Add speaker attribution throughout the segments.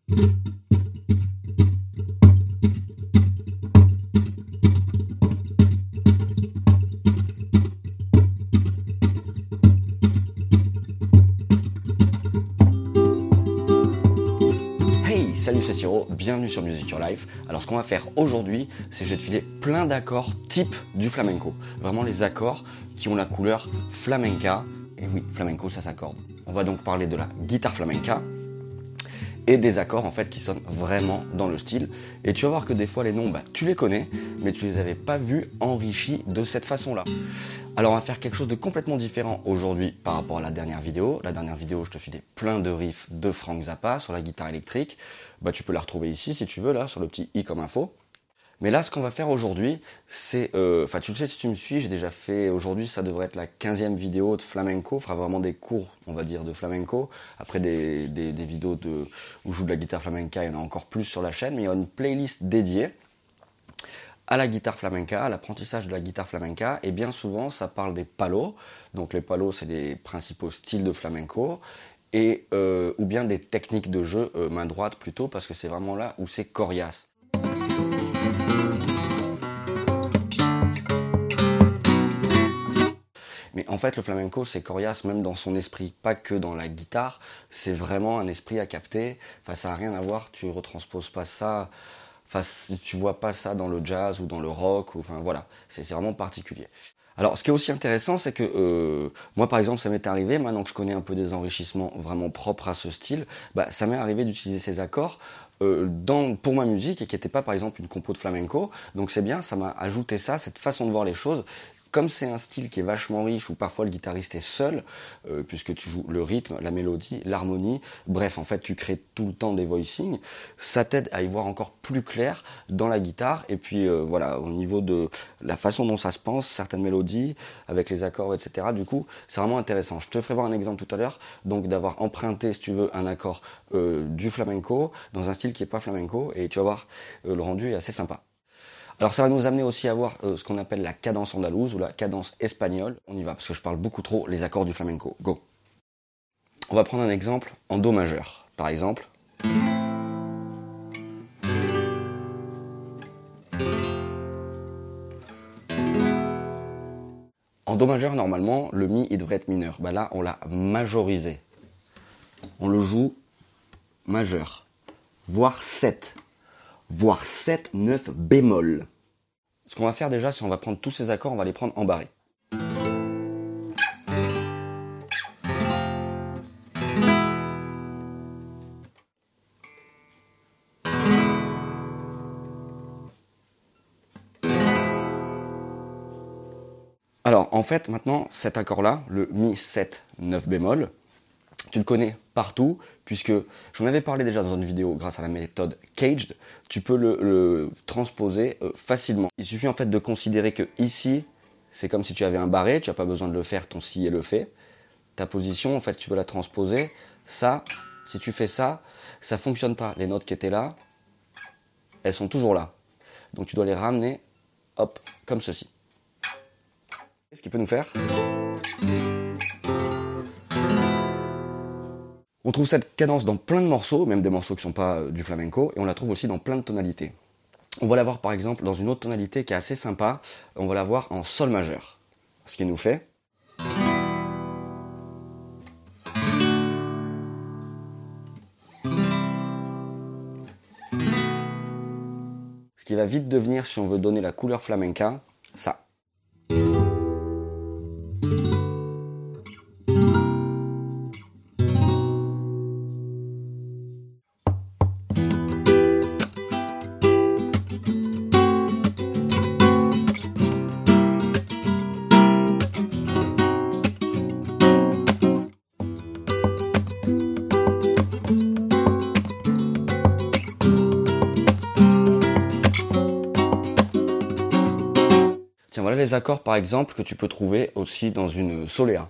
Speaker 1: Hey, salut, c'est Siro, bienvenue sur Music Your Life. Alors ce qu'on va faire aujourd'hui, c'est que je vais te filer plein d'accords type du flamenco. Vraiment les accords qui ont la couleur flamenca. Et oui, flamenco, ça s'accorde. On va donc parler de la guitare flamenca et des accords en fait qui sonnent vraiment dans le style. Et tu vas voir que des fois les noms, tu les connais, mais tu les avais pas vus enrichis de cette façon-là. Alors on va faire quelque chose de complètement différent aujourd'hui par rapport à la dernière vidéo. La dernière vidéo, je te filais plein de riffs de Frank Zappa sur la guitare électrique. Tu peux la retrouver ici si tu veux, là, sur le petit i comme info. Mais là, ce qu'on va faire aujourd'hui, c'est... tu le sais si tu me suis, j'ai déjà fait... Aujourd'hui, ça devrait être la 15e vidéo de flamenco. Fera vraiment des cours, on va dire, de flamenco. Après, des vidéos où je joue de la guitare flamenca, il y en a encore plus sur la chaîne. Mais il y a une playlist dédiée à la guitare flamenca, à l'apprentissage de la guitare flamenca. Et bien souvent, ça parle des palos. Donc les palos, c'est les principaux styles de flamenco. Et, ou bien des techniques de jeu, main droite plutôt, parce que c'est vraiment là où c'est coriace. Mais en fait, le flamenco, c'est coriace même dans son esprit, pas que dans la guitare. C'est vraiment un esprit à capter. Ça n'a rien à voir, tu retransposes pas ça. Tu vois pas ça dans le jazz ou dans le rock. Voilà, c'est vraiment particulier. Alors, ce qui est aussi intéressant, c'est que moi, par exemple, ça m'est arrivé, maintenant que je connais un peu des enrichissements vraiment propres à ce style, ça m'est arrivé d'utiliser ces accords pour ma musique et qui n'était pas, par exemple, une compo de flamenco. Donc c'est bien, ça m'a ajouté ça, cette façon de voir les choses. Comme c'est un style qui est vachement riche, où parfois le guitariste est seul, puisque tu joues le rythme, la mélodie, l'harmonie, bref, en fait, tu crées tout le temps des voicings, ça t'aide à y voir encore plus clair dans la guitare, et puis voilà, au niveau de la façon dont ça se pense, certaines mélodies, avec les accords, etc., du coup, c'est vraiment intéressant. Je te ferai voir un exemple tout à l'heure, donc d'avoir emprunté, si tu veux, un accord du flamenco, dans un style qui n'est pas flamenco, et tu vas voir, le rendu est assez sympa. Alors ça va nous amener aussi à voir ce qu'on appelle la cadence andalouse ou la cadence espagnole. On y va parce que je parle beaucoup trop les accords du flamenco. Go. On va prendre un exemple en do majeur. Par exemple. En do majeur, normalement, le mi, il devrait être mineur. Là, on l'a majorisé. On le joue majeur, voire 7. Voire 7, 9 bémol. Ce qu'on va faire déjà, c'est on va prendre tous ces accords, on va les prendre en barré. Alors, en fait, maintenant, cet accord-là, le mi 7, 9 bémol, tu le connais partout, puisque j'en avais parlé déjà dans une vidéo grâce à la méthode Caged, tu peux le transposer facilement. Il suffit en fait de considérer que ici, c'est comme si tu avais un barré, tu n'as pas besoin de le faire, ton si est le fait. Ta position, en fait, tu veux la transposer. Ça, si tu fais ça, ça ne fonctionne pas. Les notes qui étaient là, elles sont toujours là. Donc tu dois les ramener, hop, comme ceci. Ce qui peut nous faire... On trouve cette cadence dans plein de morceaux, même des morceaux qui ne sont pas du flamenco, et on la trouve aussi dans plein de tonalités. On va la voir par exemple dans une autre tonalité qui est assez sympa, on va la voir en sol majeur. Ce qui nous fait... Ce qui va vite devenir, si on veut donner la couleur flamenca, ça. Tiens, voilà les accords par exemple que tu peux trouver aussi dans une soléa.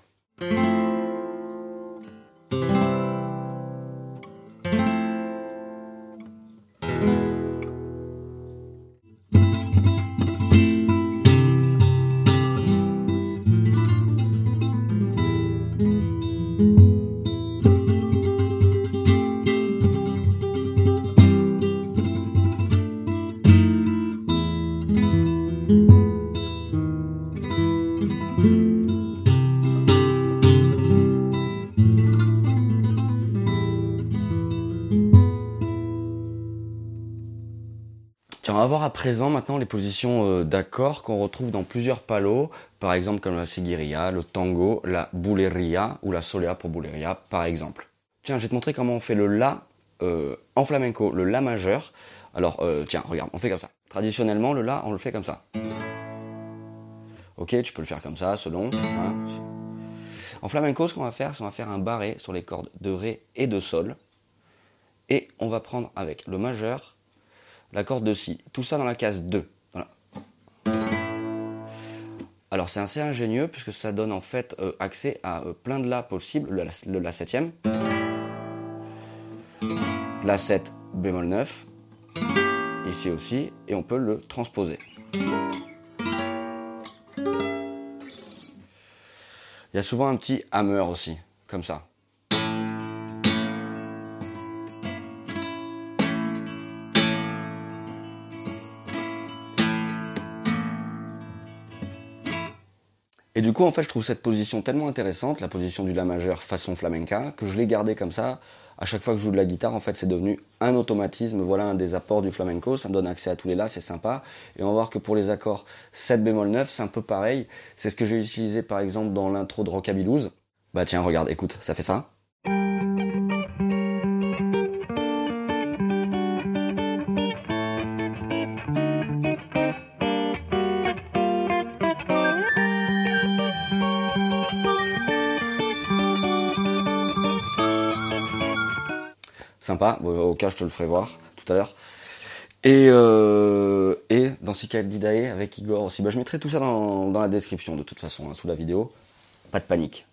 Speaker 1: Tiens, on va voir à présent maintenant les positions d'accords qu'on retrouve dans plusieurs palos, par exemple comme la seguiria, le tango, la buleria ou la solea pour buleria par exemple. Tiens, je vais te montrer comment on fait le la en flamenco, le la majeur. Alors tiens, regarde, on fait comme ça. Traditionnellement, le la, on le fait comme ça. Ok, tu peux le faire comme ça, selon. Hein. En flamenco, ce qu'on va faire, c'est qu'on va faire un barré sur les cordes de ré et de sol. Et on va prendre avec le majeur la corde de si. Tout ça dans la case 2. Voilà. Alors c'est assez ingénieux puisque ça donne en fait accès à plein de la possibles. Le la septième. La 7 bémol 9. Ici aussi. Et on peut le transposer. Il y a souvent un petit hammer aussi, comme ça. Et du coup, en fait, je trouve cette position tellement intéressante, la position du la majeur façon flamenca, que je l'ai gardée comme ça. À chaque fois que je joue de la guitare, en fait, c'est devenu un automatisme. Voilà un des apports du flamenco. Ça me donne accès à tous les la, c'est sympa. Et on va voir que pour les accords 7 bémol 9, c'est un peu pareil. C'est ce que j'ai utilisé, par exemple, dans l'intro de Rockabilly Blues. Bah tiens, regarde, écoute, ça fait ça. Sympa, au cas je te le ferai voir tout à l'heure. Et dans Cicadidae avec Igor aussi. Bah, je mettrai tout ça dans la description de toute façon, hein, sous la vidéo. Pas de panique.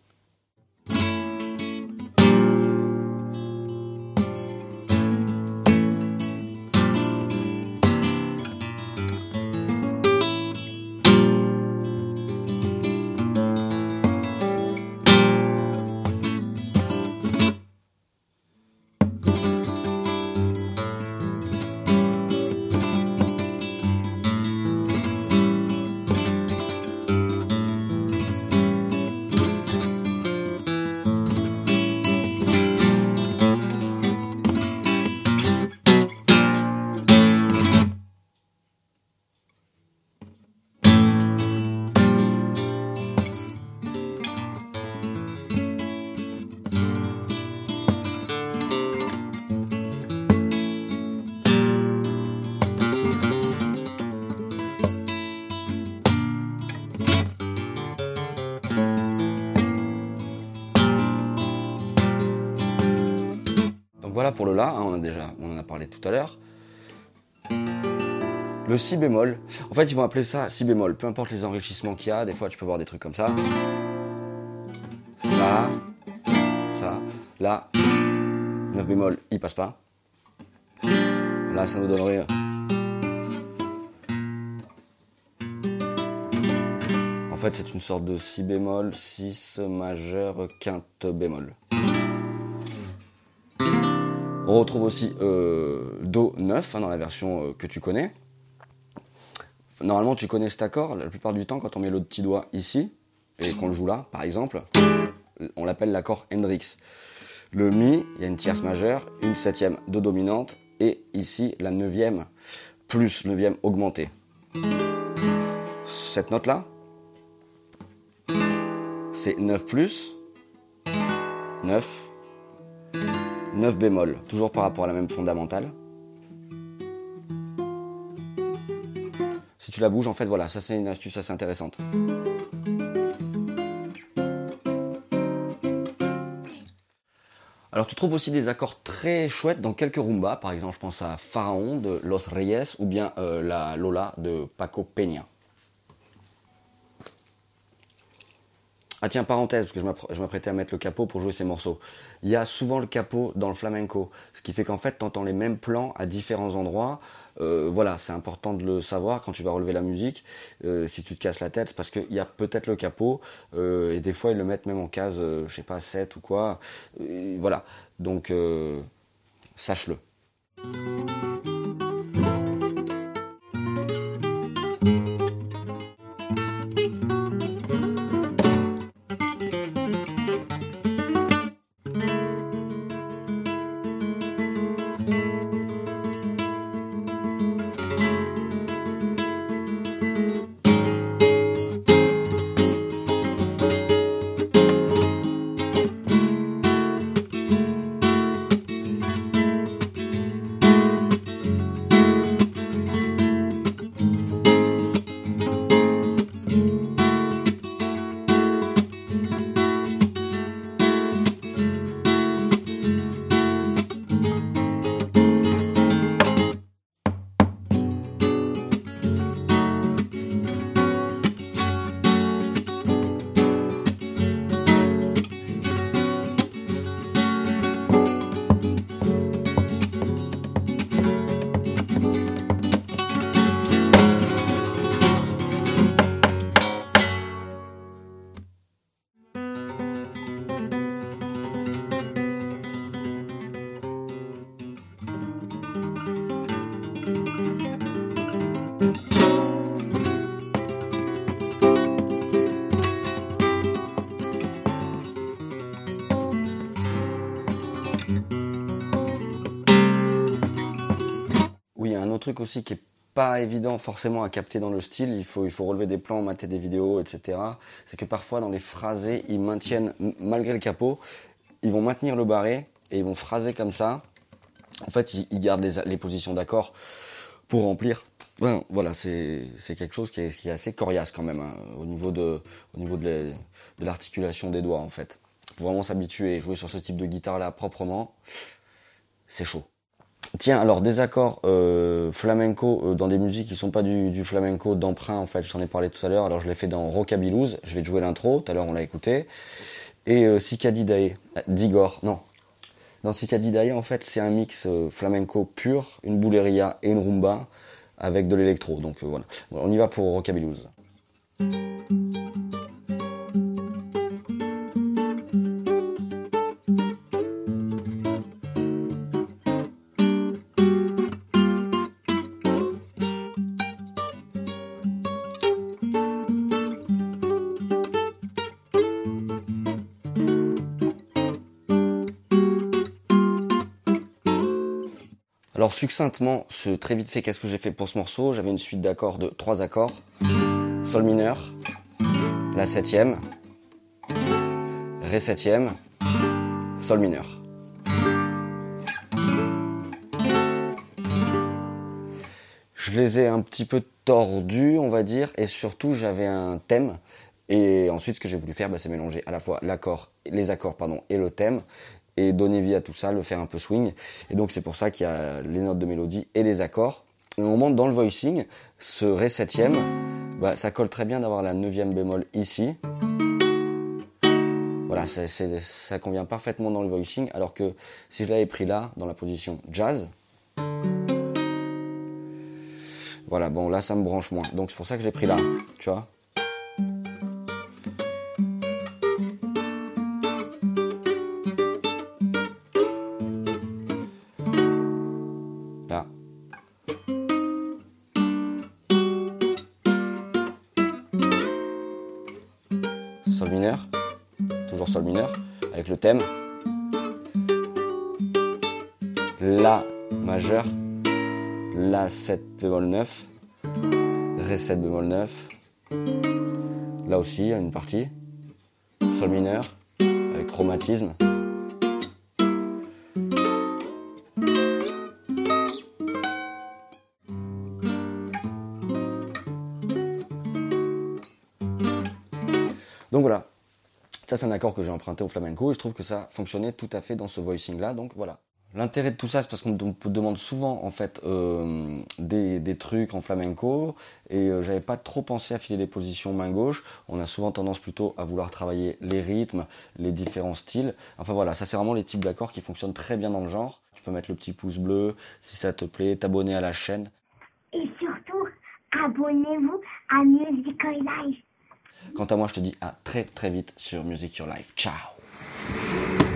Speaker 1: Voilà pour le la, hein, on en a parlé tout à l'heure. Le si bémol, en fait ils vont appeler ça si bémol, peu importe les enrichissements qu'il y a, des fois tu peux voir des trucs comme ça. Ça, là, 9 bémol, il passe pas. Là ça nous donnerait... En fait c'est une sorte de si bémol, 6 majeur, quinte bémol. On retrouve aussi Do 9 hein, dans la version que tu connais. Normalement, tu connais cet accord. La plupart du temps, quand on met le petit doigt ici et qu'on le joue là, par exemple, on l'appelle l'accord Hendrix. Le Mi, il y a une tierce majeure, une septième Do dominante et ici la neuvième plus neuvième augmentée. Cette note-là, c'est 9 plus, 9, 9 bémol, toujours par rapport à la même fondamentale. Si tu la bouges, en fait, voilà, ça c'est une astuce assez intéressante. Alors tu trouves aussi des accords très chouettes dans quelques rumbas, par exemple je pense à Pharaon de Los Reyes ou bien la Lola de Paco Peña. Ah tiens, parenthèse, parce que je m'apprêtais à mettre le capo pour jouer ces morceaux. Il y a souvent le capo dans le flamenco, ce qui fait qu'en fait, tu entends les mêmes plans à différents endroits. Voilà, c'est important de le savoir quand tu vas relever la musique. Si tu te casses la tête, c'est parce qu'il y a peut-être le capo, et des fois, ils le mettent même en case, je sais pas, 7 ou quoi. Voilà, donc sache-le. autre truc aussi qui est pas évident forcément à capter dans le style, il faut relever des plans, mater des vidéos, etc. C'est que parfois dans les phrasés, ils maintiennent, malgré le capot, ils vont maintenir le barré et ils vont phraser comme ça. En fait, ils gardent les positions d'accord pour remplir. Enfin, voilà, c'est quelque chose qui est assez coriace quand même, hein, au niveau de l'articulation des doigts en fait. Faut vraiment s'habituer et jouer sur ce type de guitare là proprement, c'est chaud. Tiens, alors des accords flamenco dans des musiques qui sont pas du flamenco d'emprunt en fait, je t'en ai parlé tout à l'heure, alors je l'ai fait dans Rockabilly Blues, je vais te jouer l'intro, tout à l'heure on l'a écouté, et Cicadidae, d'Igor, non. Dans Cicadidae en fait c'est un mix flamenco pur, une bouleria et une rumba, avec de l'électro, donc voilà. On y va pour Rockabilly Blues. Alors succinctement, très vite fait, qu'est-ce que j'ai fait pour ce morceau? J'avais une suite d'accords de 3 accords. Sol mineur, La 7e, Ré 7e, Sol mineur. Je les ai un petit peu tordus, on va dire, et surtout j'avais un thème. Et ensuite, ce que j'ai voulu faire, c'est mélanger à la fois les accords et le thème, et donner vie à tout ça, le faire un peu swing. Et donc c'est pour ça qu'il y a les notes de mélodie et les accords. Et au moment dans le voicing, ce Ré 7e, ça colle très bien d'avoir la 9e bémol ici. Voilà, ça convient parfaitement dans le voicing, alors que si je l'avais pris là, dans la position jazz, voilà, bon là ça me branche moins. Donc c'est pour ça que j'ai pris là, tu vois. Là. Sol mineur, toujours sol mineur, avec le thème. La majeur, La 7 bémol 9, Ré 7 bémol 9, là aussi il y a une partie, sol mineur, avec chromatisme. Donc voilà, ça c'est un accord que j'ai emprunté au flamenco et je trouve que ça fonctionnait tout à fait dans ce voicing là, donc voilà. L'intérêt de tout ça, c'est parce qu'on me demande souvent en fait des trucs en flamenco et j'avais pas trop pensé à filer les positions main gauche. On a souvent tendance plutôt à vouloir travailler les rythmes, les différents styles. Enfin voilà, ça c'est vraiment les types d'accords qui fonctionnent très bien dans le genre. Tu peux mettre le petit pouce bleu si ça te plaît, t'abonner à la chaîne.
Speaker 2: Et surtout, abonnez-vous à Music Your Life.
Speaker 1: Quant à moi, je te dis à très très vite sur Music Your Life. Ciao!